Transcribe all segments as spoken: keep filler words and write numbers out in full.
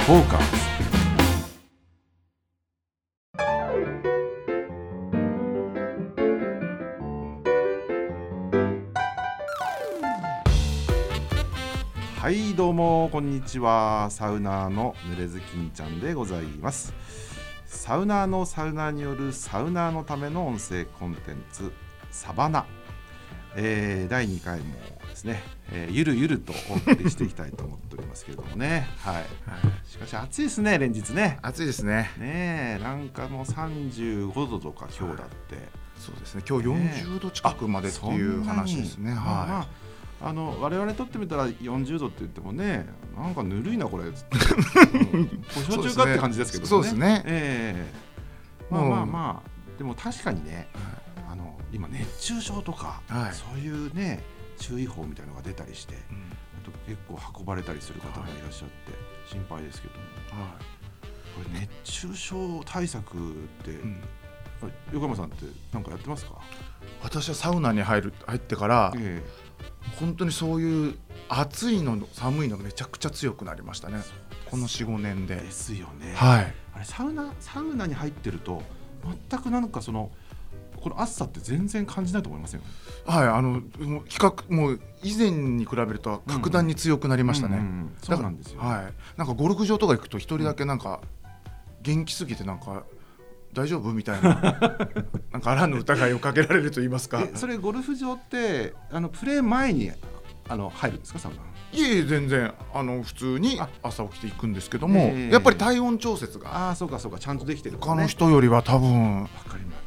フォーカス。はいどうもこんにちは。サウナーのぬれずきんちゃんでございます。サウナーのサウナーによるサウナーのための音声コンテンツサバナ、えー、だいにかいもですね、えー、ゆるゆるとお送りしていきたいと思っておりますけれどもね、はいはい、しかし暑いですね。連日ね暑いですね。 ねえなんかもうさんじゅうごどとか今日だって、はい、 そうですね。今日よんじゅうど近くまでっていう話ですね。はい、まああの我々にとってみたらよんじゅうどって言ってもね、なんかぬるいなこれつって保証中かって感じですけどね。 そうですね。 えー、まあまあまあでも確かにね、はい、あの今熱中症とか、はい、そういうね注意報みたいなのが出たりして、うん、あと結構運ばれたりする方がいらっしゃって心配ですけども、はい、これ熱中症対策って、うん、横山さんって何かやってますか？ 私はサウナに入る入ってから、えー本当にそういう暑いの寒いのめちゃくちゃ強くなりましたね。この よん,ご 年でですよね。 はい、 あれサウナサウナに入ってると全くなんかそのこの暑さって全然感じないと思いません？ はい、あの比較もう以前に比べると格段に強くなりましたね。 そうなんですよ、ね。 はい、なんかゴルフ場とか行くと一人だけなんか元気すぎてなんか大丈夫みたいななんかあらぬ疑いをかけられると言いますか。 えそれゴルフ場ってあのプレー前にあの入るんですか？サウナ。 いえいえ全然あの普通に朝起きていくんですけども、えー、やっぱり体温調節があそうかそうかちゃんとできてる、ね、 他の人よりは多分わかります。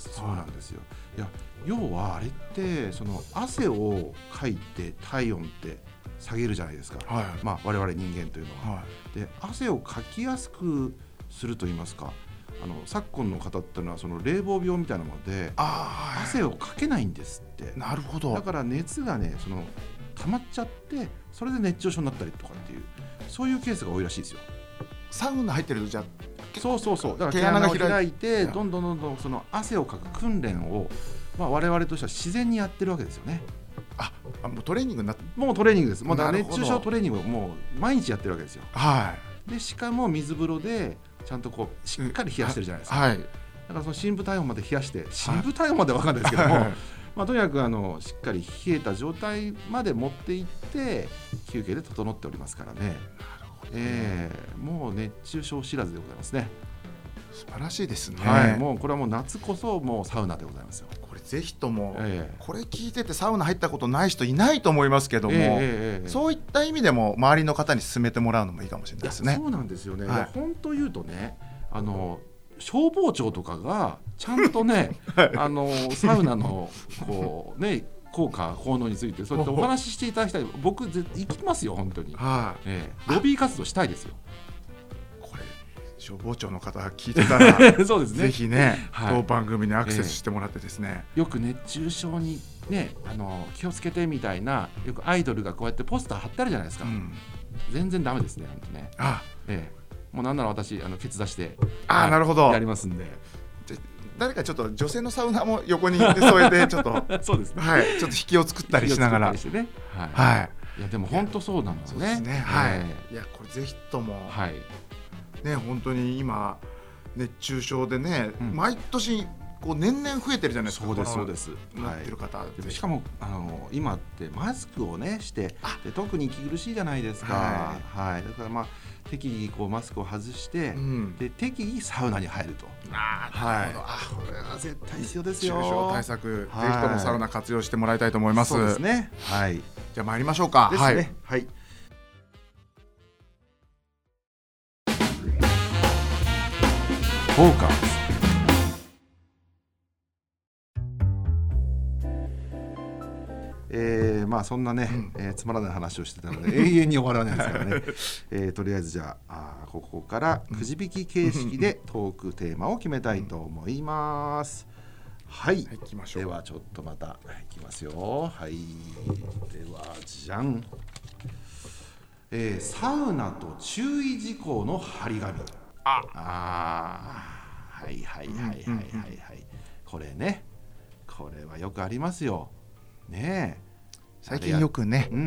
そうなんですよ。いや要はあれってその汗をかいて体温って下げるじゃないですか、はい、まあ、我々人間というのは、はい、で汗をかきやすくすると言いますか、あの昨今の方っていうのはその冷房病みたいなもので汗をかけないんですって。 なるほど。 だから熱がねその溜まっちゃってそれで熱中症になったりとかっていうそういうケースが多いらしいですよ。 サウナ入ってるとじゃあそうそうそうだから毛穴が開いてどんどんどんどんその汗をかく訓練を、まあ、我々としては自然にやってるわけですよね。 ああもうトレーニングになってもうトレーニングです。もうだから熱中症トレーニングをもう毎日やってるわけですよ。 はい、 でしかも水風呂でちゃんとこうしっかり冷やしてるじゃないですか、 はい、 だからその深部体温まで冷やして深部体温までは分かんないですけども、はい、まあ、とにかくあのしっかり冷えた状態まで持っていって休憩で整っておりますからね。なるほどね、えー、もう熱中症知らずでございますね。 素晴らしいですね、 はい、もうこれはもう夏こそもうサウナでございますよ。 これぜひとも、 えー、 これ聞いててサウナ入ったことない人いないと思いますけども、えーえー、そういった意味でも周りの方に勧めてもらうのもいいかもしれないですね。 そうなんですよね、はい、本当言うとねあの消防庁とかがちゃんとね、はい、あのサウナのこうね効果効能についてそうやってお話ししていただきたい。僕行きますよ本当に、はあええ、ロビー活動したいですよ。 これ消防庁の方が聞いてたらそうですね、 ぜひね、はい、当番組にアクセスしてもらってですね、 ええ、よく熱中症に、ね、あの気をつけてみたいなよくアイドルがこうやってポスター貼ってあるじゃないですか、うん、全然ダメですね本当ね。ああ、ええ、もうなんなら私あのケツ出してあ、はい、なるほどやりますんで。 誰かちょっと女性のサウナも横に添えてちょっとそうですね、 はい、ちょっと引きを作ったりしながら、 ね、はい、 はい、 いやでも本当そうなんですね。 そうですね、はい、えー、いやこれぜひとも、はい、ね本当に今熱中症でね、うん、毎年こう年々増えてるじゃないですか。 そうですそうです。 なってる方、はい、 しかもあの今ってマスクをねしてで特に息苦しいじゃないですか、はいはい、だからまあ適宜こうマスクを外して、うん、で適宜サウナに入ると。 あ、 はい、あこれは絶対必要ですよ。 熱中症対策、はい、ぜひともサウナ活用してもらいたいと思います。 そうですね、はい、 じゃあ参りましょうか。 ですね、はい、はい、フォーカス。えー、まあそんなね、うんえー、つまらない話をしてたので永遠に終わらないですからね、えー、とりあえずじゃあ、あここからくじ引き形式でトークテーマを決めたいと思います。はい、はい、行きましょう。ではちょっとまたいきますよ。はい、ではじゃん、えー、サウナと注意事項の張り紙。ああはいはいはいはいはいはい、これねこれはよくありますよね。 最近よくね、 うん、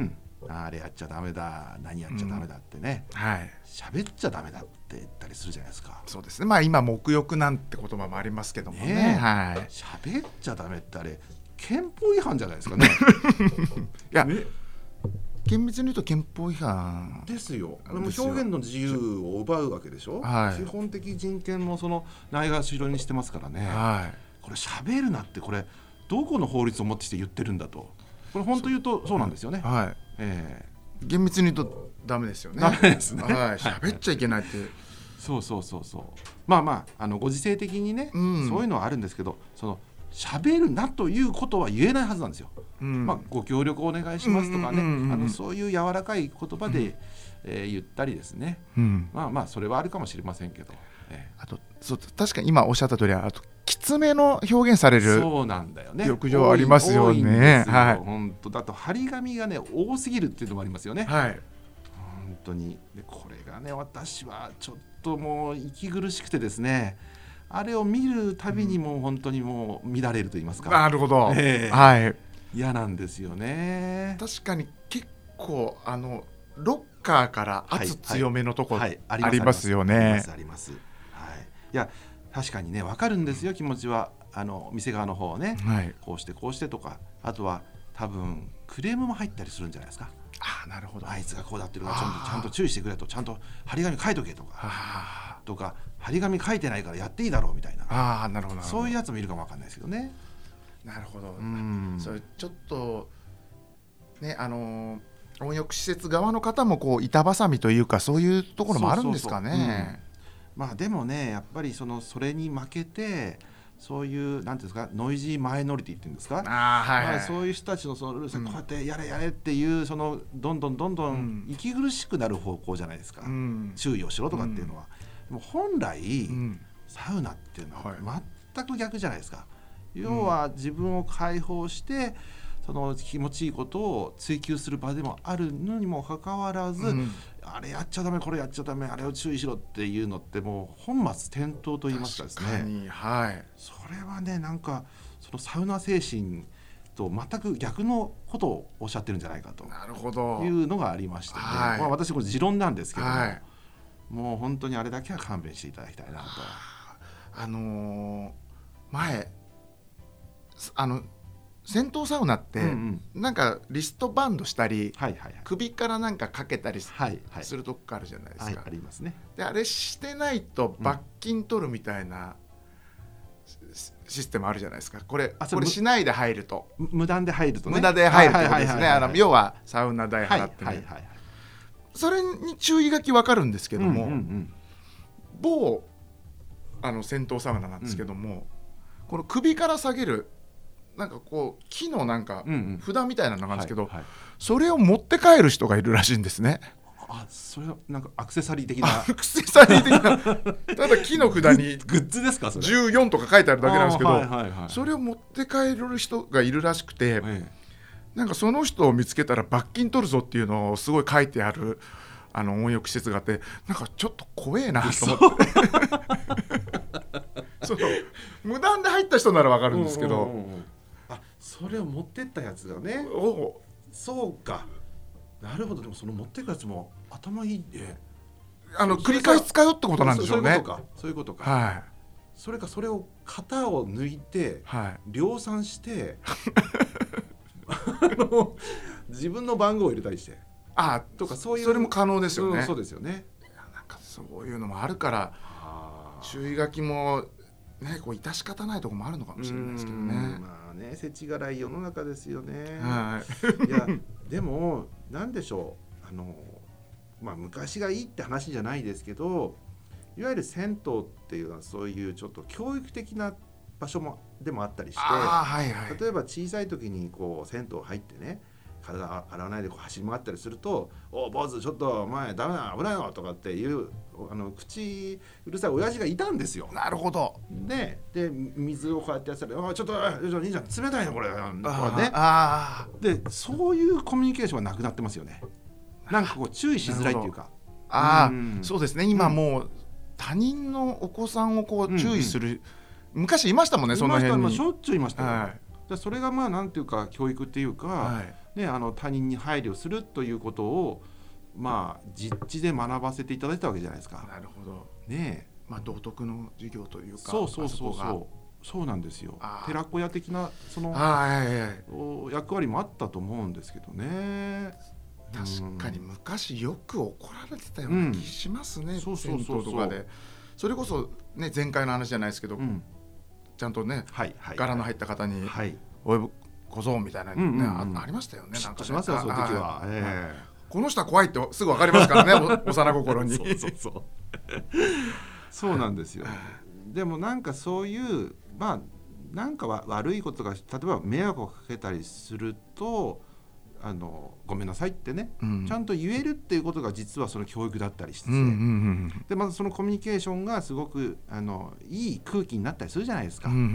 あれやっちゃダメだ、何やっちゃダメだってね、 うん、はい、 喋っちゃダメだって言ったりするじゃないですか。 そうですね、まあ今黙浴なんて言葉もありますけどもね、 ね、 はい、 喋っちゃダメってあれ憲法違反じゃないですかねいや、ね、厳密に言うと憲法違反ですよ。あれも表現の自由を奪うわけでしょ、はい、基本的人権もそのないがしろにしてますからね、はい、これ喋るなって、これどこの法律を持ってきて言ってるんだと、これ本当言うとそうなんですよね、はい、えー、厳密に言うとダメですよね。 ダメですね、はい、 喋っちゃいけないってそうそうそうそう、まあまあ、あのご時世的にね、うん、そういうのはあるんですけど、その喋るなということは言えないはずなんですよ、うん、まあ、ご協力お願いしますとかね、あのそういう柔らかい言葉で、うん、えー、言ったりですね、うん、まあまあそれはあるかもしれませんけど、えー、 あとそう確かに今おっしゃった通り、あときつめの表現されるそうなんだよね、 浴場ありますよね。 はい、本当だと張り紙がね多すぎるっていうのもありますよね、はい、本当に。でこれがね、私はちょっともう息苦しくてですね、あれを見るたびにもう本当にもう乱れると言いますか、 なるほど、 えーはい、 嫌なんですよね。 確かに結構あのロッカーから圧強めのところ、はいはい、ありますよね。 ありますあります、はい、いや確かにね分かるんですよ、気持ちは。あの店側の方ね、はい、こうしてこうしてとか、あとは多分クレームも入ったりするんじゃないですか。 あ、なるほど、 あいつがこうだってるからちゃんと、ちゃんと注意してくれと、ちゃんと張り紙書いとけとかとか、張り紙書いてないからやっていいだろうみたいな、 あ、なるほど、 そういうやつもいるかも分かんないですけどね。 なるほど、うん、それちょっとね、あの温浴施設側の方もこう板挟みというか、そういうところもあるんですかね。そうそうそう、うん、 まあでもね、やっぱり そのそれに負けて、そういうなんていうんですか、ノイジーマイノリティっていうんですか、あ、はいはい、まあ、そういう人たちのそのルールで、うん、こうやってやれやれっていう、そのどんどんどんどん息苦しくなる方向じゃないですか、うん、注意をしろとかっていうのは、うん、でも本来、うん、サウナっていうのは全く逆じゃないですか、はい、要は自分を解放してその気持ちいいことを追求する場でもあるのにもかかわらず、うん、あれやっちゃダメ、これやっちゃダメ、あれを注意しろっていうのってもう本末転倒と言いますかですね。 確かに、はい、 それはね、なんかそのサウナ精神と全く逆のことをおっしゃってるんじゃないかというのがありましてね、はい、まあ、私これ持論なんですけども、はい、もう本当にあれだけは勘弁していただきたいなと。 あのー、前あの銭湯サウナって、うんうん、なんかリストバンドしたり、はいはいはい、首からなんかかけたりするとこあるじゃないですか、はいはい、 ありますね。 であれしてないと罰金取るみたいな、うん、システムあるじゃないですか。これこれしないで入ると、 無断で入るとね、 無断で入るってことですね。要はサウナ代払ってね、はいはいはいはい、それに注意書き分かるんですけども、うんうんうん、某あの銭湯サウナなんですけども、うん、この首から下げるなんかこう木のなんか札みたいなのがあるんですけど、うんうん、はいはい、それを持って帰る人がいるらしいんですね。 あ、それはなんかアクセサリー的なアクセサリー的なただ木の札にグッズですか、それじゅうよんとか書いてあるだけなんですけど、 はいはいはい、 それを持って帰る人がいるらしくて、ええ、なんかその人を見つけたら罰金取るぞっていうのをすごい書いてあるあの温浴施設があって、なんかちょっと怖えなと思ってその無断で入った人なら分かるんですけど、うんうんうん、 あ、それを持ってったやつがね、お、そうか、なるほど。でもその持ってったやつも頭いいで、 あの繰り返し使うってことなんでしょうね。 そういうことか、 はい、 それかそれを型を抜いて、はい、量産してあの自分の番号を入れたりして、 あとかそういう、それも可能ですよね、 うん、そうですよね。 なんかそういうのもあるから注意書きもね、こう致し方ないところもあるのかもしれないですけどね。 まあね、世知辛い世の中ですよね。はい、いやでもなんでしょう、あの、まあ、昔がいいって話じゃないですけど、いわゆる銭湯っていうのはそういうちょっと教育的な場所もでもあったりして、 あ、はいはい、 例えば小さい時にこう銭湯入ってね、体洗わないでこう走り回ったりすると、お坊主ちょっとお前ダメだ危ないよとかっていうあの口うるさい親父がいたんですよ。 なるほど。 で、で水をこうやってやってたら、あ、ちょっと兄ちゃん冷たいのこれとかね。 あ、 でそういうコミュニケーションがなくなってますよね。なんかこう注意しづらいっていうか、 あ、うん、そうですね。今もう他人のお子さんをこう注意する、うんうん、昔いましたもんね、その辺に。 しょっちゅういましたよ、はい、 じゃそれがまあなんていうか教育っていうか、 はいね、あの他人に配慮するということをまあ実地で学ばせていただいたわけじゃないですか。 なるほど。 ねえ、 まあ、道徳の授業というか、 そうそうそうそそうそうなんですよ。 あー寺子屋的なそのはいはいはい、 お役割もあったと思うんですけどね。 確かにうん昔よく怒られてたような気しますね、 うんそうそうそうそう銭湯とかで。それこそね、前回の話じゃないですけど、 うんちゃんとね、 はいはい、 柄の入った方に、 はい、 おい小僧みたいな、ねうんうんうんあ、ありましたよね。なんかね、 しますよその時は。 あえこの人は怖いってすぐ分かりますからね、お幼心に。 そうそうそうそうなんですよ。でもなんかそういうまあなんかは悪いことが例えば迷惑をかけたりするとあのごめんなさいってね、 うん、 ちゃんと言えるっていうことが実はその教育だったりして、 うんうんうん、 でまずそのコミュニケーションがすごくあのいい空気になったりするじゃないですか、 うんうんうん、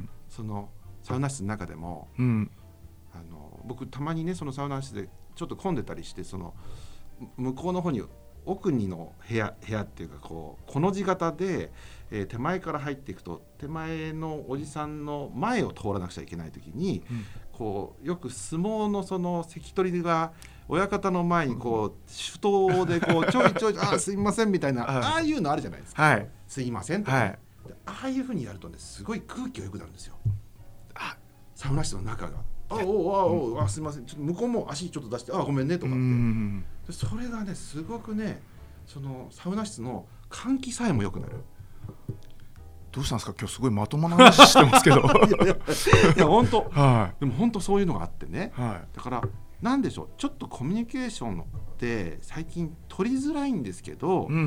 そのサウナ室の中でも、 うん、 あの僕たまにねそのサウナ室でちょっと混んでたりしてその向こうの方に奥にの部屋部屋っていうかこうこの字型で、えー、手前から入っていくと手前のおじさんの前を通らなくちゃいけないときに、うん、こうよく相撲のその関取が親方の前にこう手刀でこうちょいちょいあすいませんみたいな、はい、ああいうのあるじゃないですか、 はい、 すいませんとか、 はい、 ああいう風にやるとねすごい空気が良くなるんですよ。あサウナ室の中があおうあおうあすいませんちょっと向こうも足ちょっと出してあごめんねとかって、うんそれがねすごくねそのサウナ室の換気さえも良くなる。 どうしたんですか今日すごいまともな話してますけどいやいやいや本当、 はい、 でも本当そういうのがあってね、 はい、 だからなんでしょうちょっとコミュニケーションって最近取りづらいんですけど、 うんうんうん、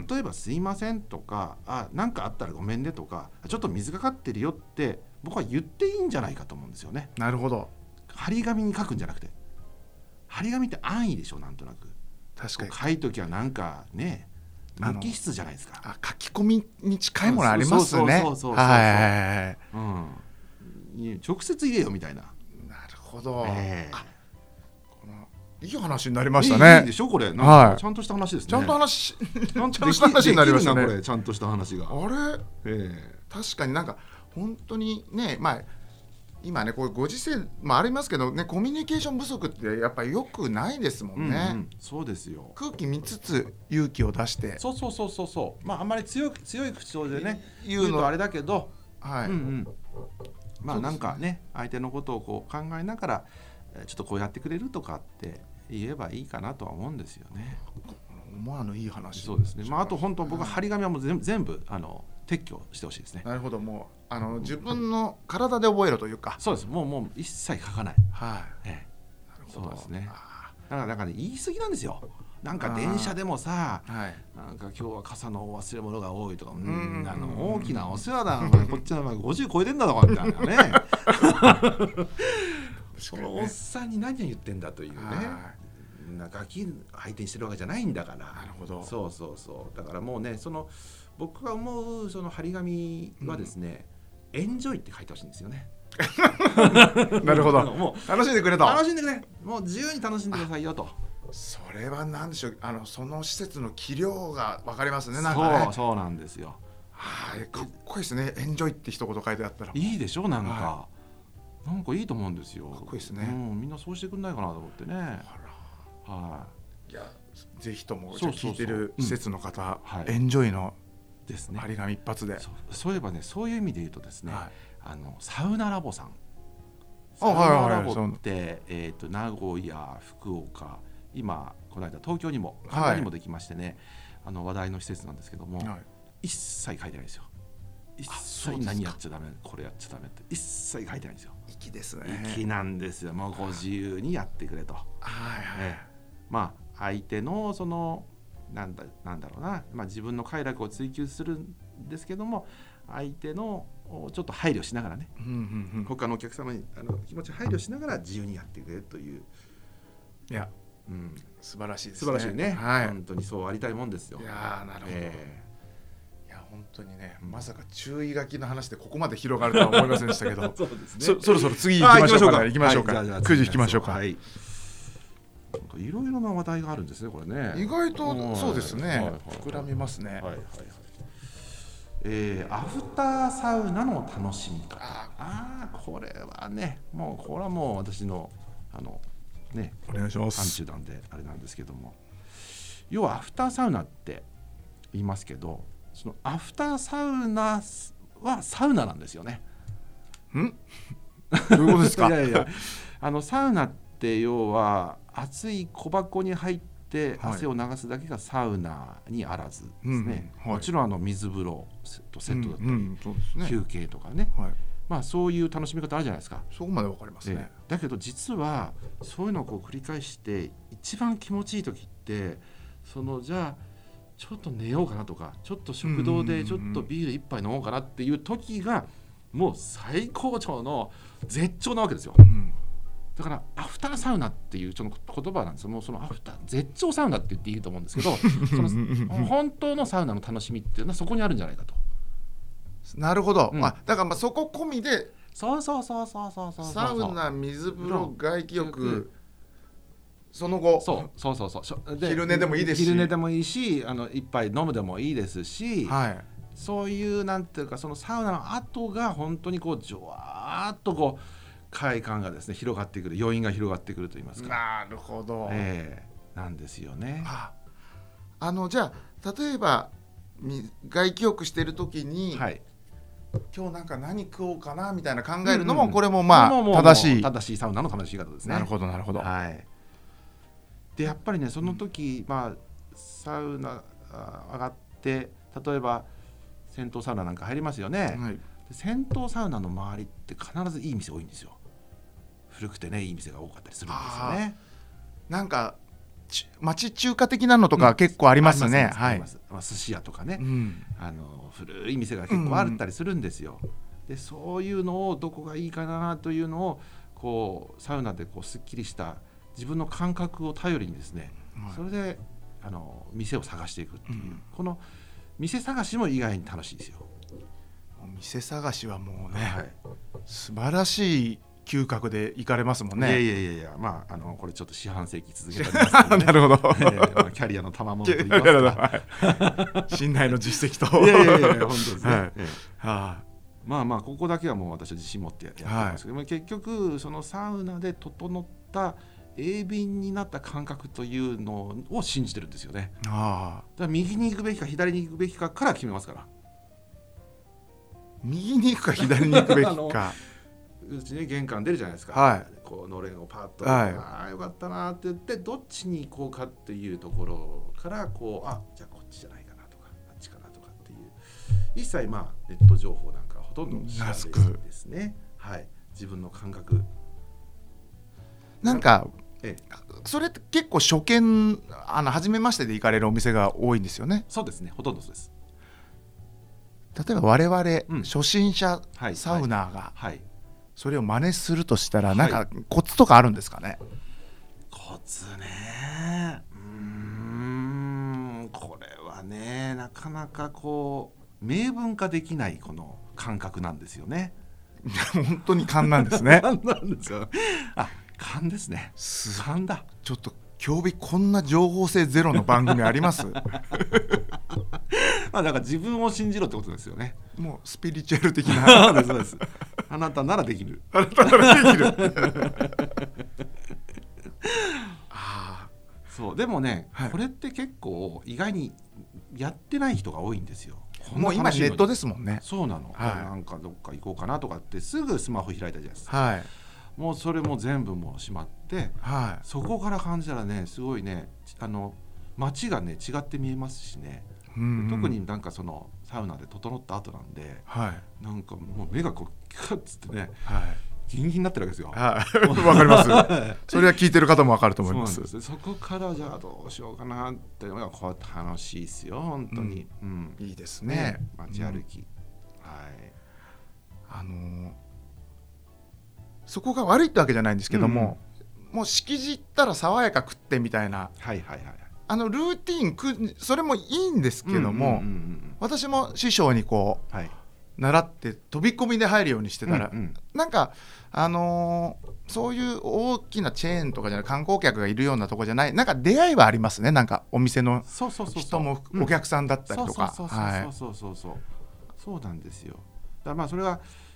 例えばすいませんとかあなんかあったらごめんねとかちょっと水かかってるよって僕は言っていいんじゃないかと思うんですよね。 なるほど。 張り紙に書くんじゃなくて張り紙って安易でしょなんとなく。 確かに書いときはなんかね無機質じゃないですか。 あ書き込みに近いものありますね。 そうそうそうそうそう、 はい、 うん、直接言えよみたいな。 なるほど、 えー、 このいい話になりましたね。 いいでしょこれなんかちゃんとした話ですね。 ちゃんと話ちゃんとした話になりましたね。 これちゃんとした話があれ、 えー、確かになんか本当にねまあ今ねこういうご時世もありますけどねコミュニケーション不足ってやっぱり良くないですもんね、 うんうん、そうですよ。 空気見つつ勇気を出してそうそうそうそうそうまああんまり強く強い口調でね言うとあれだけど、 はい、 うんうん、まあなんかね相手のことをこう考えながらちょっとこうやってくれるとかって言えばいいかなとは思うんですよね。 思わぬいい話。 そうですね。まああと本当僕は張り紙はもう全部、全部あの撤去してほしいですね。 なるほど。もうあの自分の体で覚えろというか。 そうです。もうもう一切書かない。 はい、 ええ、なるほど。そうですね。だからなんかね言い過ぎなんですよ。なんか電車でもさ、はい、なんか今日は傘の忘れ物が多いとか、うん、あの大きなお世話だ、こっちの前ごじゅう超えてんだとかみたいなね。そのおっさんに何を言ってんだというね。なんかガキ相手にしてるわけじゃないんだから。なるほど。そうそうそうだからもうねその僕が思うその張り紙はですね、うん、エンジョイって書いてほしいんですよね。 なるほど。もう楽しんでくれと。 楽しんでくれ。もう自由に楽しんでくださいよと。 それは何でしょう。あのその施設の器量が分かりますね。なんかね。 そうそうなんですよ。 はい、かっこいいですね。エンジョイって一言書いてあったら。 いいでしょなんか、はい、なんかいいと思うんですよ。 かっこいいですね。 うん、みんなそうしてくんないかなと思ってね。 はい、いやぜひとも聞いてる施設の方、うんはい、エンジョイのですね張り紙一発で。 そう、そういえばねそういう意味で言うとですね、はい、あのサウナラボさんサウナラボって、 はいはいはい、えー、と名古屋福岡今この間東京にも神田にもできましてね、はい、あの話題の施設なんですけども、はい、一切書いてないですよ。一切何やっちゃダメこれやっちゃダメって一切書いてないんですよ。 粋ですね。 粋なんですよ。もうご自由にやってくれと。はいはい、ええまあ、相手のそのなんだ、なんだろうな、まあ、自分の快楽を追求するんですけども相手のちょっと配慮しながらね、うんうんうん、他のお客様にあの気持ち配慮しながら自由にやってくれるという。 いや、うん、素晴らしいですね。 素晴らしいね、 はい、 本当にそうありたいもんですよ。 いやなるほど、えー、いや本当にね、まさか注意書きの話でここまで広がるとは思いませんでしたけどそうですね、そ, そろそろ次行きましょうかね。行きましょうか、はい、くじ引きましょうか。はい、 いろいろな話題があるんですねこれね。 意外とそうですね、はいはいはい、膨らみますね。はいはいはい、 えー、アフターサウナの楽しみ方。あああこれはねもうこれはもう私のあのねお願いします。 範疇なんであれなんですけども、要はアフターサウナって言いますけど、そのアフターサウナはサウナなんですよね。 んどういうことですか？ いやいやあのサウナって要は熱い小箱に入って汗を流すだけがサウナにあらずですね、 うんはい、 もちろんあの水風呂とセットだったり、うんうんそうですね、 休憩とかね、はい、まあ、そういう楽しみ方あるじゃないですか。 そこまでわかりますね、 ええ、だけど実はそういうのをこう繰り返して一番気持ちいい時ってそのじゃあちょっと寝ようかなとかちょっと食堂でちょっとビール一杯飲もうかなっていう時がもう最高潮の絶頂なわけですよ、うん、だからアフターサウナっていうその言葉なんですよ。もうそのアフター絶頂サウナって言っていいと思うんですけどその本当のサウナの楽しみっていうのはそこにあるんじゃないかと。 なるほど、うん、あだからまあそこ込みでそうそうそうそうそうそうサウナ水風呂外気浴その後そうそうそうそうで昼寝でもいいですし昼寝でもいいしあの一杯飲むでもいいですし、 はい、 そういうなんていうかそのサウナの後が本当にこうじょわーっとこう快感がですね広がってくる余韻が広がってくると言いますか。 なるほど、 えー、なんですよね。 あ, あのじゃあ例えば外気浴してる時に、はい、今日なんか何食おうかなみたいな考えるのも、うんうん、これもまあもうもう正しい正しいサウナの楽しみ方ですね。 なるほどなるほど、 はい、でやっぱりねその時、うん、まあサウナ上がって例えば銭湯サウナなんか入りますよね、はい、で銭湯サウナの周りって必ずいい店多いんですよ。古くてねいい店が多かったりするんですよね。 なんか町中華的なのとか結構ありますね、 うん、はい、まあ、寿司屋とかね、うん、あの古い店が結構あったりするんですよ、うん、でそういうのをどこがいいかなというのをこうサウナでこうすっきりした自分の感覚を頼りにですね、はい、それであの店を探していくっていう、うん、この店探しも意外に楽しいですよ。 店探しはもうね、はい、素晴らしい嗅覚で行かれますもんね。 いやいやいやまああのこれちょっと四半世紀続けてますけど、ね、 なるほど、えーまあ、キャリアの賜物と言いますか、 はい、信頼の実績といやいやいや本当ですね、はい、えー、 はあ、 まあまあここだけはもう私は自信持ってやってますけど、はい、結局そのサウナで整った鋭敏になった感覚というのを信じてるんですよね。ああ、だから右に行くべきか左に行くべきかから決めますから。 右に行くか左に行くべきかうちね玄関出るじゃないですか、 はい、 こうのれんをパッと、 はい、 ああよかったなって言ってどっちに行こうかっていうところからこうあじゃあこっちじゃないかなとかあっちかなとかっていう一切まあネット情報なんかほとんど知らないですね、はい、自分の感覚なんか、ええ、それって結構初見あの初めましてで行かれるお店が多いんですよね。 そうですね、ほとんどそうです。 例えば我々、うん、初心者サウナーが、はいはい、それを真似するとしたらなんかコツとかあるんですかね。 コツね、うーんこれはねなかなかこう明文化できないこの感覚なんですよね。 本当に勘なんですね。 勘なんですよ。あ、勘ですね。勘だ。 ちょっと今日こんな情報性ゼロの番組あります？ まあだから自分を信じろってことですよね。 もうスピリチュアル的な。 そうですそうです。あなたならできる。 あなたならできる。 ああ、そうでもね、はい、これって結構意外にやってない人が多いんですよ。 もう今ネットですもんね。 そうなの、はい、なんかどっか行こうかなとかってすぐスマホ開いたじゃないですか、 はい、 もうそれも全部もうしまって、 はい、 そこから感じたらねすごいねあの街がね違って見えますしね、うんうん、特になんかそのサウナで整った後なんで、 はい、 なんかもう目がこうキュッつってね、 はい、 ギンギンになってるわけですよ。 はい、わかります。それは聞いてる方もわかると思います。 そうなんです。そこからじゃあどうしようかなってのがこう楽しいですよ本当に、 うんうん、いいですね、 ね、街歩き、うん、はい、 あのー、そこが悪いってわけじゃないんですけども、うん、もう敷地行ったら爽やか食ってみたいな、 はいはいはい、 あのルーティーンそれもいいんですけども、うんうんうんうん、私も師匠にこう、はい、習って飛び込みで入るようにしてたら、うんうん、なんかあのー、そういう大きなチェーンとかじゃない観光客がいるようなとこじゃないなんか出会いはありますね。なんかお店の人もお客さんだったりとか、 そうそうそうそうそうそうなんですよ。だからまあそれは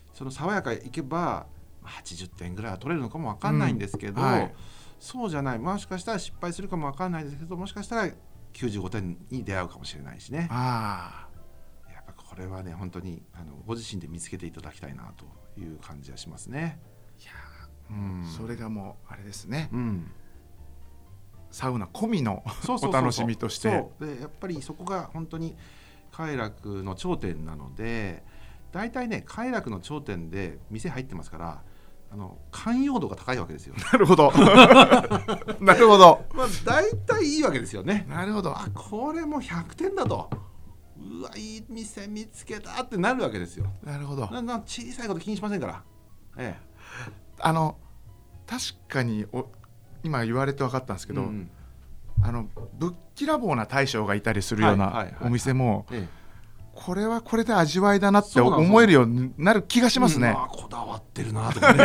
その爽やかいけばはちじゅってんぐらいは取れるのかも分かんないんですけど、うんはい、そうじゃない、もしかしたら失敗するかも分かんないですけど、もしかしたらきゅうじゅうごてんに出会うかもしれないしね。あやっぱこれはね本当にあのご自身で見つけていただきたいなという感じはしますね。 いや、うん、それがもうあれですね、うん、サウナ込みのお楽しみとして。 そうでやっぱりそこが本当に快楽の頂点なので、だいたいね快楽の頂点で店入ってますから、あの寛容度が高いわけですよ。 なるほどなるほど、 まあ、だいたいいいわけですよね。 なるほど、 あこれもひゃくてんだと、うわいい店見つけたってなるわけですよ。 なるほど、 なな小さいこと気にしませんから、ええ、 あの確かにお今言われて分かったんですけど、うん、あのぶっきらぼうな大将がいたりするようなお店も、これはこれで味わいだなって思えるようになる気がしますね。 うん、こだわってるなとかね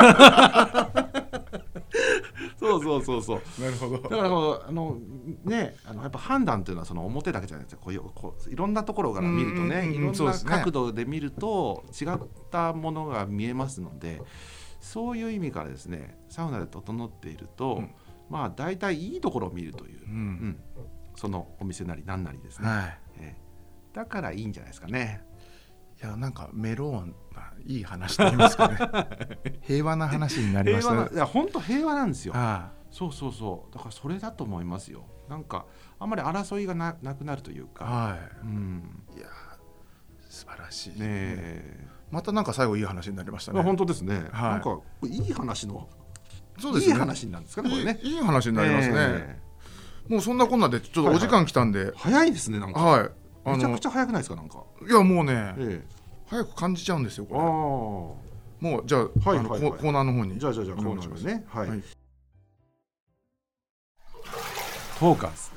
そうそうそうそう、 なるほど。 だからあのね、あのやっぱ判断っていうのはその表だけじゃないですか。こういうこういろんなところから見るとね、いろんな角度で見ると違ったものが見えますので、そういう意味からですね、サウナで整っていると、うん、まあ大体いいところを見るという、うんうん、そのお店なり何なりですね、はい、えー、だからいいんじゃないですかね。 いやなんかメローンいい話と言いますかね平和な話になりましたね。 いや本当平和なんですよ。ああそうそうそう、だからそれだと思いますよ。なんかあんまり争いが な, なくなるというか、はい、うん、 いや素晴らしいね。 えまたなんか最後いい話になりましたね。 本当ですね、はい、なんかいい話のそうですね、 いい話なんですかねこれね。 いい、いい話になりますね、えー、もうそんなこんなでちょっとお時間来たんで、はいはい、 早いですね。なんか、はい、めちゃくちゃ早くないですか。なんかいやもうね、えー、早く感じちゃうんですよこれ。あもうじゃあ、はいはいはい、あのコーナーの方にじゃあじゃあじゃあコーナーですね、はいはい、トーカーズ。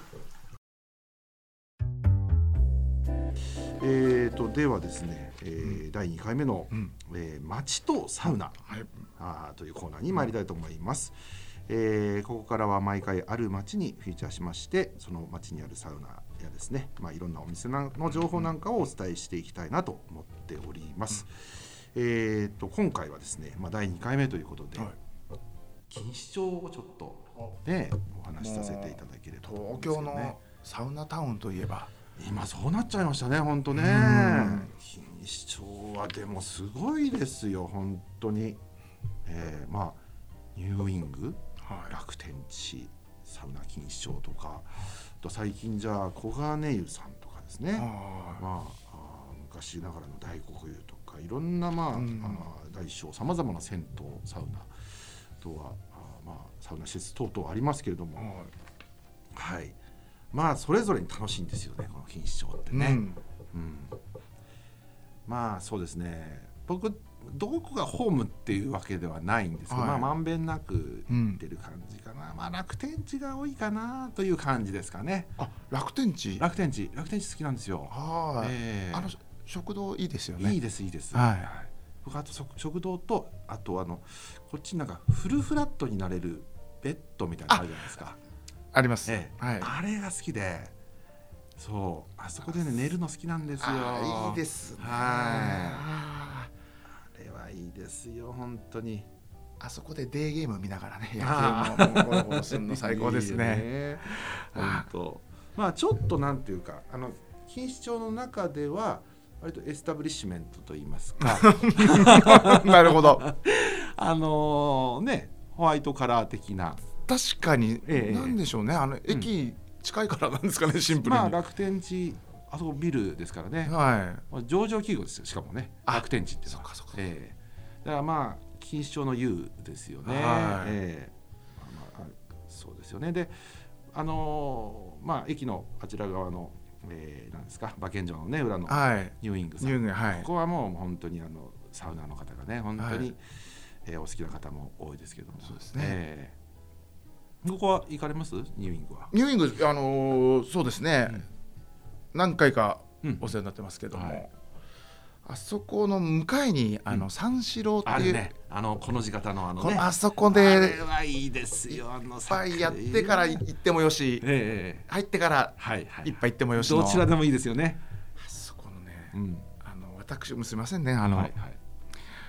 えー、とではですね、えーうん、だいにかいめの、うんえー、街とサウナ、はい、あというコーナーに参りたいと思います、えー、ここからは毎回ある街にフィーチャーしまして、その街にあるサウナやですね、まあ、いろんなお店の情報なんかをお伝えしていきたいなと思っております、うんえー、と今回はですね、まあ、だいにかいめということで、はい、錦糸町をちょっと、ね、お話しさせていただければと思うんですけどね。 東京のサウナタウンといえば今そうなっちゃいましたね本当ね。錦糸町はでもすごいですよ本当に、えー、まあニューウィング、はい、楽天地サウナ錦糸町とか、あと最近じゃあ小金湯さんとかですね、まあ、あ昔ながらの大黒湯とかいろんな、まあ、あ大小さまざまな銭湯サウナ、あとはあ、まあ、サウナ施設等々ありますけれども、はい、はいまあそれぞれに楽しいんですよねこの錦糸町ってね、うんうん、まあそうですね、僕どこがホームっていうわけではないんですけど、はい、まあまんべんなく行ってる感じかな、うん、まあ楽天地が多いかなという感じですかね。 あ楽天地楽天地楽天地好きなんですよ。 はい、えー、あの食堂いいですよね。 いいですいいです、はい、僕あと食堂とあとあのこっちなんかフルフラットになれるベッドみたいなのあるじゃないですか。 あります、 ええはい、あれが好きで、そうあそこでね寝るの好きなんですよ。 あいいですね。 あれはいいですよ本当に。 あそこでデーゲーム見ながらね野球もゴロゴロするの最高ですね。いいね本当まあちょっとなんていうかあの錦糸町の中では割とエスタブリッシュメントといいますかなるほどあのー、ねホワイトカラー的な確かに、ええ、なんでしょうねあの駅近いからなんですかね、うん、シンプルに、 まあ、楽天地あそこビルですからね、はい、上場企業ですよしかもね楽天地っていうのはそうかそうか、えー、だからまあ錦糸町の U ですよね、はいえーまあ、そうですよね。であのー、まあ駅のあちら側の、えー、なんですか馬券場のね裏のニューウィングさん、はい、ここはもう本当にあのサウナの方がね本当に、はいえー、お好きな方も多いですけどもそうですね、えーここは行かれますニューウィングは。 ニューウィング、あのー、そうですね、うん、何回かお世話になってますけども、うんはい、あそこの向かいにあの三四郎っていう、うん、あるねあのこの字型のあのねあそこであれはいいですよあのいっぱいやってから行ってもよし、えー、入ってからいっぱい行ってもよしの、 どちらでもいいですよねあそこのね、うん、あの私もすいませんねあの、はいはい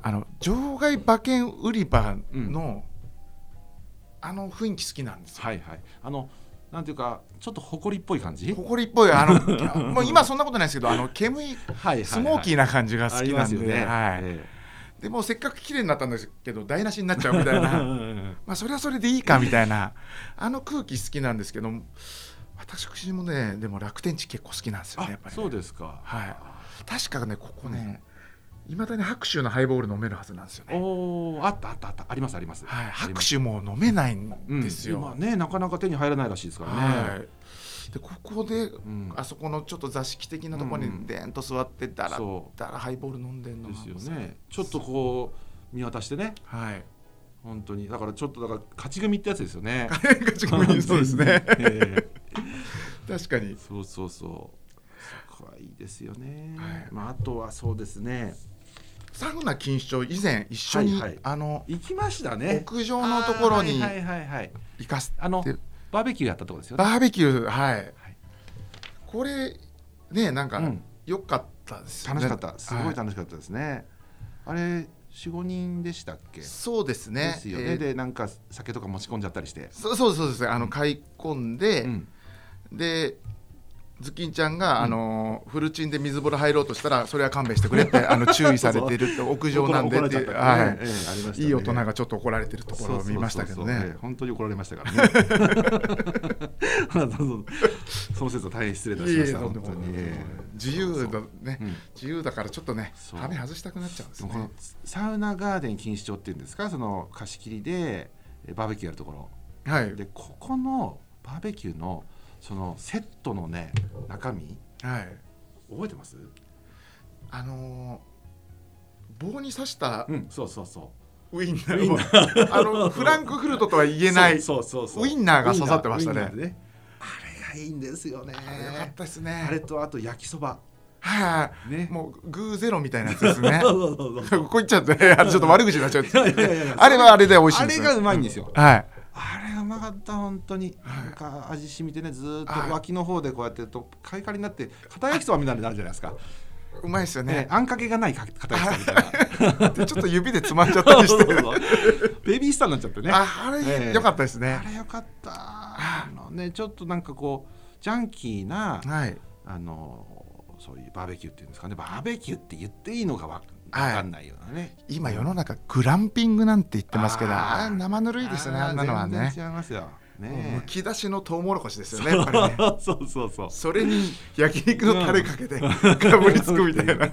あの場外馬券売り場の、うん、あの雰囲気好きなんですよ。 はいはい、あのなんていうかちょっと埃っぽい感じ、 埃っぽい、あのもう今そんなことないですけど、あの煙いスモーキーな感じが好きなんで、ね、はい、えー、でもうせっかく綺麗になったんですけど台無しになっちゃうみたいなまあそれはそれでいいかみたいなあの空気好きなんですけど、私もねでも楽天地結構好きなんですよね、やっぱり、ね、 そうですか、 はい、確かねここね、いま、うん、だに白州のハイボール飲めるはずなんですよね。 おあったあったあった、ありますあります、 はい、白州も飲めないんですよ、 うん、今ねなかなか手に入らないらしいですからね、 はい、でここで、うん、あそこのちょっと座敷的なところにでんと座ってだらだらハイボール飲んでんのですよね。ちょっとこう見渡してね、 はい、 本当にだからちょっとだから勝ち組ってやつですよね勝ち組そうですね、えー、確かにそうそうそう、そこはいいですよね、はい、まあ、あとはそうですね、 サウナ錦糸町以前一緒に、はいはい、あの行きましたね、 屋上のところに行かせて、 あのバーベキューやったところですよね。 バーベキュー、はい、はい、これねなんか良、うん、かったですよね。 楽しかった、すごい楽しかったですね、はい、あれ よん,ご 人でしたっけ。 そうですね、 ですよね、えー、でなんか酒とか持ち込んじゃったりして、 そうそうそうです、あの買い込んで、うん、でズッキンちゃんが、うん、あのフルチンで水風呂入ろうとしたらそれは勘弁してくれってあの注意されてるって屋上なんでって、いい大人がちょっと怒られてるところを見ましたけどね。 本当に怒られましたからねその説は大変失礼いたしました。本当に自由だね、うん、自由だからちょっとね羽外したくなっちゃうんですね。このサウナガーデン錦糸町っていうんですか、その貸し切りでバーベキューやるところ、はい、でここのバーベキューのそのセットのね中身、はい、覚えてます？ あのー、棒に刺した、 うん、そうそうそうウインナーあのフランクフルトとは言えないそうそうそうそうウインナーが刺さってました ね, ねあれがいいんですよね。 あれよかったですね。 あれとあと焼きそば、 はい、ね、もうグーゼロみたいなやつですねここ行っちゃってちょっと悪口になっちゃうあれはあれで美味しいんですよ。 あれがうまいんですよ、 うん、はい、 あれうまかった本当に、なんか味染みてね、ずっと脇の方でこうやってとカリカリになって片焼きそばみたいになるじゃないですか。 うまいですよね、ね、 あんかけがない片焼きそばみたいなでちょっと指でつまんじゃったりしてベビースターになっちゃってね。 あ, あれ、えー、よかったですね。 あれよかった。あの、ね、ちょっとなんかこうジャンキーな、はい、あのそういうバーベキューっていうんですかね、バーベキューって言っていいのかわかんないようなね、はい、 今世の中グランピングなんて言ってますけど、ああ生ぬるいですね。あんなのはね全然違いますよね。 むき出しのトウモロコシですよね、やっぱりねそうそうそう、それに焼肉のタレかけてかぶりつくみたいな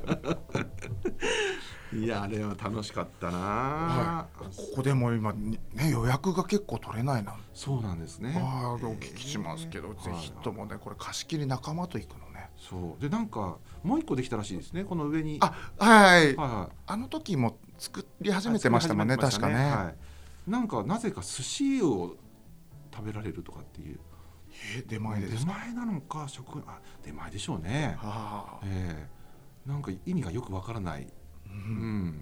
いやあれは楽しかったな、 はい、ここでも今、ね、予約が結構取れないな。 そうなんですね。 あお聞きしますけど、ぜひともねこれ貸し切り仲間と行くのね。 そうでなんかもう一個できたらしいですね、この上に。 あはい、はいはい、あの時も作り始めてましたもんね、確かね、はい、 なんかなぜか寿司を食べられるとかっていう、 え出前ですか？出前なのか食あ出前でしょうね、はあ、えー、なんか意味がよくわからない、うんうん、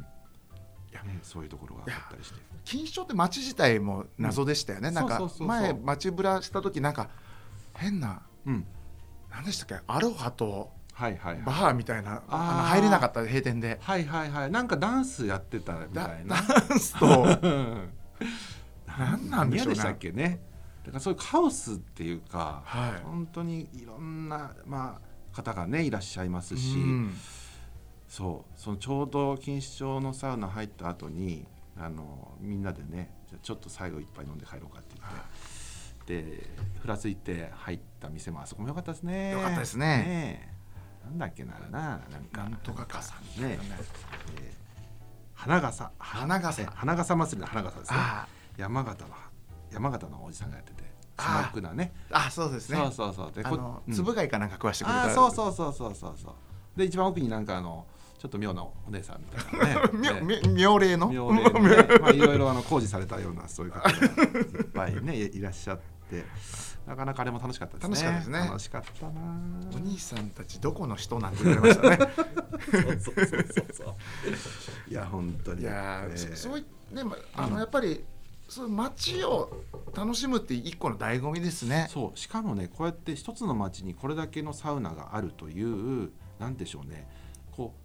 いやね、そういうところがあったりして、 錦糸町って街自体も謎でしたよね、うん、なんか前街ブラした時なんか変な、うん、何でしたっけ、アロハとはいはいはい、 バーみたいな、あの入れなかった閉店で、 はいはいはい、なんかダンスやってたみたいな、 ダンスと何なんでしょうね、 何でしたっけね。だからそういうカオスっていうか、 はい、 本当にいろんな、まあ、方がねいらっしゃいますし、うん、そうそのちょうど錦糸町のサウナ入った後にあのみんなでねじゃちょっと最後一杯飲んで帰ろうかって言って、でふらついて入った店もあそこも良かったですね。 良かったですね。 ねなんだっけなななんかなんとかかさんね、えー、花笠花笠花笠祭りの花笠ですね。山形の山形のおじさんがやっててスナックなね。 ああそうですね。 そうそうそう。であの、うん、つぶ貝かなんか食わしてくれた。 あそうそうそうそうそうそう。で一番奥になんかあのちょっと妙なお姉さんみたいなね。 妙齢の。 妙齢のね。まあいろいろあの工事されたようなそういう方がいっぱいねいらっしゃって。なかなかあれも楽しかったですね。 楽しかったですね。 楽しかったな。 お兄さんたちどこの人なんて言われましたね。 そうそうそうそうそう。いや本当に。 いや、えー、そういねあのやっぱりそう街を楽しむって一個の醍醐味ですね。 そうしかもねこうやって一つの街にこれだけのサウナがあるというなんでしょうね。こう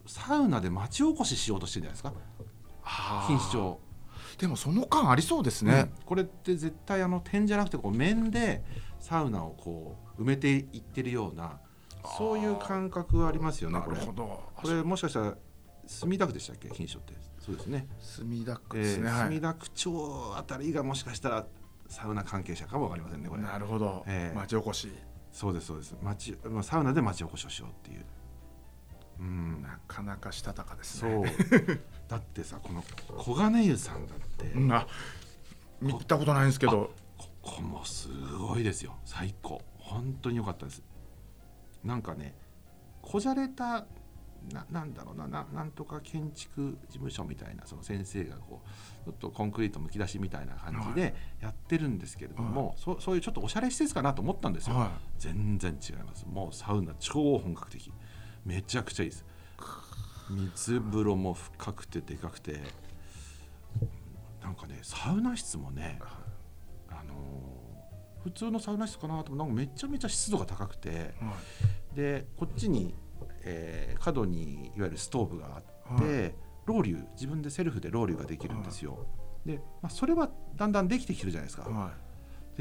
サウナで町おこししようとしてるんじゃないですか、錦糸町。 でもその間ありそうですね、うん、 これって絶対あの点じゃなくてこう面でサウナをこう埋めていってるようなそういう感覚はありますよね。これなるほど。 これもしかしたら墨田区でしたっけ、錦糸町って。そうですね、 墨田区ですね、 えー、墨田区町あたりがもしかしたらサウナ関係者かもわかりませんねこれ。 なるほど、えー、町おこし。 そうですそうです、町、まあ、サウナで町おこしをしようっていう、 うん、なかなかしたたかですね。 そうだってさ、この黄金湯さんだって、 うん、あ見たことないんですけど、 ここもすごいですよ。最高、本当に良かったです。なんかね、こじゃれた な, なんだろう な, な, なんとか建築事務所みたいな、その先生がこうちょっとコンクリートむき出しみたいな感じでやってるんですけれども、はい、そ, そういうちょっとおしゃれ施設かなと思ったんですよ、はい、全然違います。もうサウナ超本格的、めちゃくちゃいいです。水風呂も深くてでかくて、なんかねサウナ室もね、あのー、普通のサウナ室かなと思う、なんかめちゃめちゃ湿度が高くて、はい、でこっちに、えー、角にいわゆるストーブがあって、はい、ロウリュ自分でセルフでロウリュができるんですよ、はい、で、まあ、それはだんだんできてきてるじゃないですか、はい、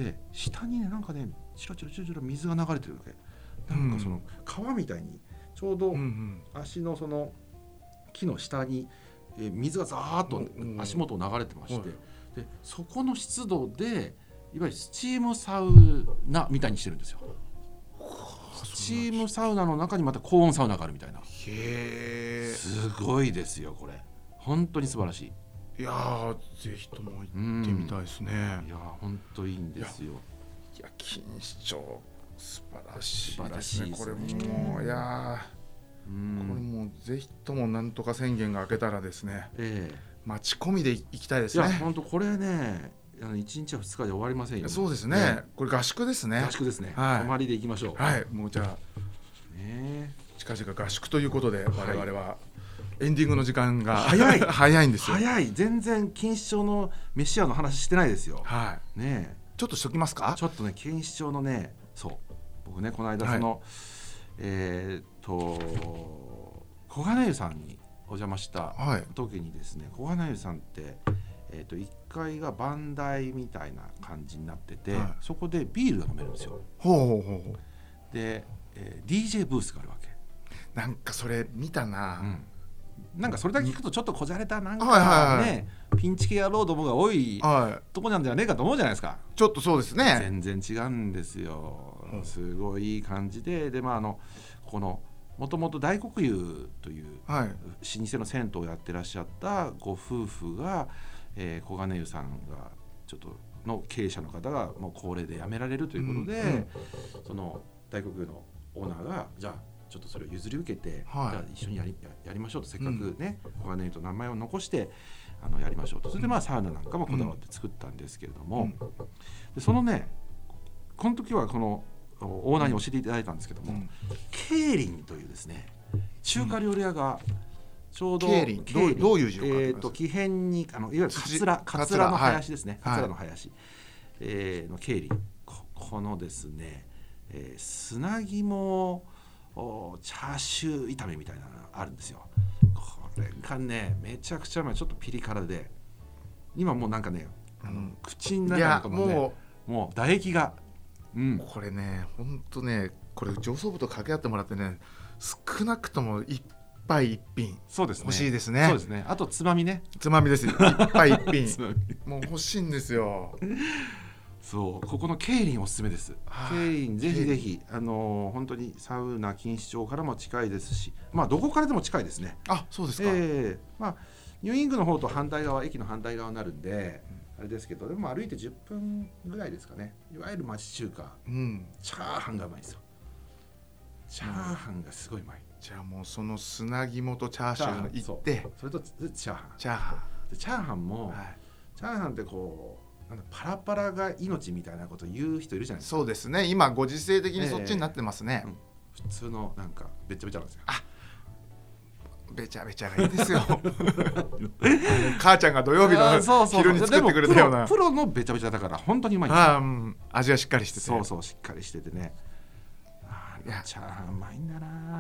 で下にねなんかねチロチロチロチロ水が流れてるわけ、なんかその川みたいにちょうど足のその木の下に水がザーッと足元を流れてまして、でそこの湿度でいわゆるスチームサウナみたいにしてるんですよ。スチームサウナの中にまた高温サウナがあるみたいな。へー、すごいですよこれ、本当に素晴らしい。 いやーぜひとも行ってみたいですね。 いや本当いいんですよ。 いや錦糸町素晴らしいですね。これもういやこれもうぜひともなんとか宣言が明けたらですね、えー、待ち込みで行きたいですね。 いや本当これねいちにちはふつかで終わりませんよ。 そうですね、ね、これ合宿ですね。 合宿ですね、はい、泊まりで行きましょう。 はい、もうじゃあ、ね、近々合宿ということで我々はエンディングの時間が早い早いんですよ。 早い、全然錦糸町の飯屋の話してないですよ。 はい、ね、ちょっとしときますか。 ちょっとね錦糸町のね、そう僕ねこの間その、はい、えー、っと黄金湯さんにお邪魔した時にですね、はい、黄金湯さんってえー、といっかいが番台みたいな感じになってて、はい、そこでビールが飲めるんですよ。 ほうほうほうほうで、えー、ディージェー ブースがあるわけ。 なんかそれ見たな、うん、 なんかそれだけ聞くとちょっとこじゃれたなんかね、はいはいはい、ピンチ系野郎どもが多い、はい、とこなんじゃねえかと思うじゃないですか。 ちょっとそうですね。 全然違うんですよ、うん、すごいいい感じで、でまああのこのもともと大黒湯という、はい、老舗の銭湯をやってらっしゃったご夫婦がえー、黄金湯さんがちょっとの経営者の方がもう高齢で辞められるということで、うんうん、その大黒湯のオーナーがじゃあちょっとそれを譲り受けて、はい、じゃあ一緒にやり、やりましょうと、せっかくね、うん、黄金湯と名前を残してあのやりましょうと。それでまあサウナなんかもこだわって作ったんですけれども、うん、でそのねこの時はこのオーナーに教えていただいたんですけども、うん、ケーリンというですね中華料理屋が、うんちょうどケーリンどう、どういう字を書きます？ えー、と木片にあのいわゆるカツラカツラの林ですね、カツラの林、はい、えー、のケーリン こ, このですね、えー、砂肝チャーシュー炒めみたいなのがあるんですよ。これがねめちゃくちゃうまい。ちょっとピリ辛で今もうなんかねあの、うん、口の中のねもう、もう唾液が、 うん、これねほんとねこれ上層部と掛け合ってもらってね少なくとも一杯一品欲しいですね。 そうですね。あとつまみね。 つまみですよ。一杯一品もう欲しいんですよ。 そうここのケーリンおすすめです。ケーリンぜひぜひあのー、本当にサウナ錦糸町からも近いですし、まあどこからでも近いですね。 あ、そうですか。えー、まあニューイングの方と反対側駅の反対側になるんで、うん、あれですけどでも歩いてじゅっぷんぐらいですかね。いわゆる町中華、うん、チャーハンがうまいですよ。チャーハンがすごいうまい。 じゃあもうその砂肝とチャーシュー行ってそ, それとチャーハンチャーハンチャーハンも、はい、チャーハンってこうなんかパラパラが命みたいなこと言う人いるじゃないですか。 そうですね。今ご時世的にそっちになってますね、 えーうん、普通のなんかべちゃべちゃなんですよ。 あべちゃべちゃがいいですよ母ちゃんが土曜日の昼に作ってくれたようなプロ、プロのべちゃべちゃだから本当にうまいんですよ。あ、うん、味はしっかりしててそうそうしっかりしててね。あいやチャーハンうまいんだな。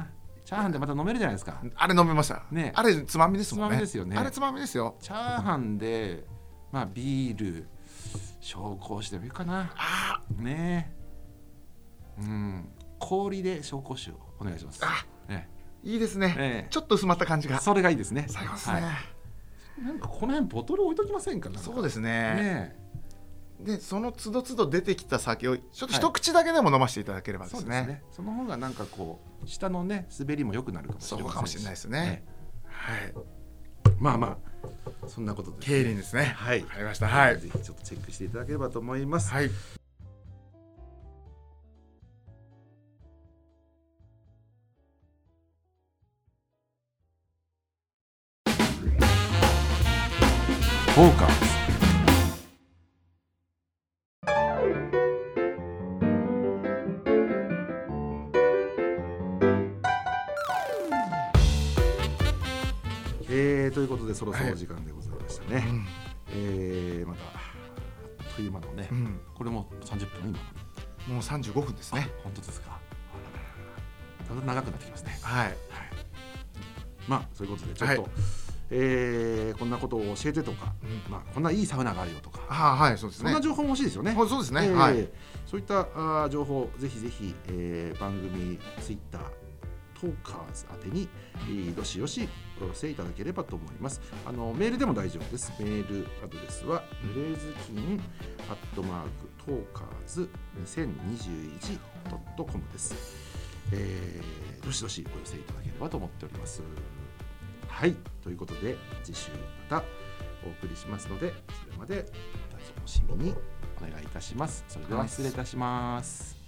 チャーハンでまた飲めるじゃないですか。 あれ飲めました、ね、あれつまみですもんね。 つまみですよね。 あれつまみですよ。 チャーハンで、まあ、ビール紹興酒でもいいかな。 あねえ、うん、氷で紹興酒をお願いします。 あ、 ね、 いいですね、えー、ちょっと薄まった感じが。 それがいいですね。 最高ですね、はい、 なんかこの辺ボトル置いときませんか。 そうですね。 ねでその都度都度出てきた酒をちょっと一口だけでも飲ませていただければですね、 はい、そうですね。その方がなんかこう下のね滑りも良くなるかもしれませんし。 そうかもしれないですね、ね、はい。 まあまあそんなことで、ね、 競輪ですね。 はい、 わかりました。はい、 ぜひちょっとチェックしていただければと思います。 はい。 フォーカス。えー、ということでそろそろ時間でございましたね、はい、うん、えー、またあっという間のね、うん、これもさんじゅっぷん、 今もうさんじゅうごふんですね。 本当ですか。だんだん長くなってきますね。 はい、はい、 まあそういうことでちょっと、はい、えー、こんなことを教えてとか、うん、まあ、こんないいサウナがあるよとか、 あ、はい、そうですね、 そんな情報も欲しいですよね。 そうですね、 えーはい、 そういったあ情報ぜひぜひ、えー、番組ツイッタートーカーズ宛てに、えー、どしどしお寄せいただければと思います。あのメールでも大丈夫です。メールアドレスはぬれずきんアットマークトーカーズにせんにじゅういちドットコムです。えー、どしどしお寄せいただければと思っております。はい、ということで次週またお送りしますので、それまでお楽しみにお願いいたします。それでは失礼いたします。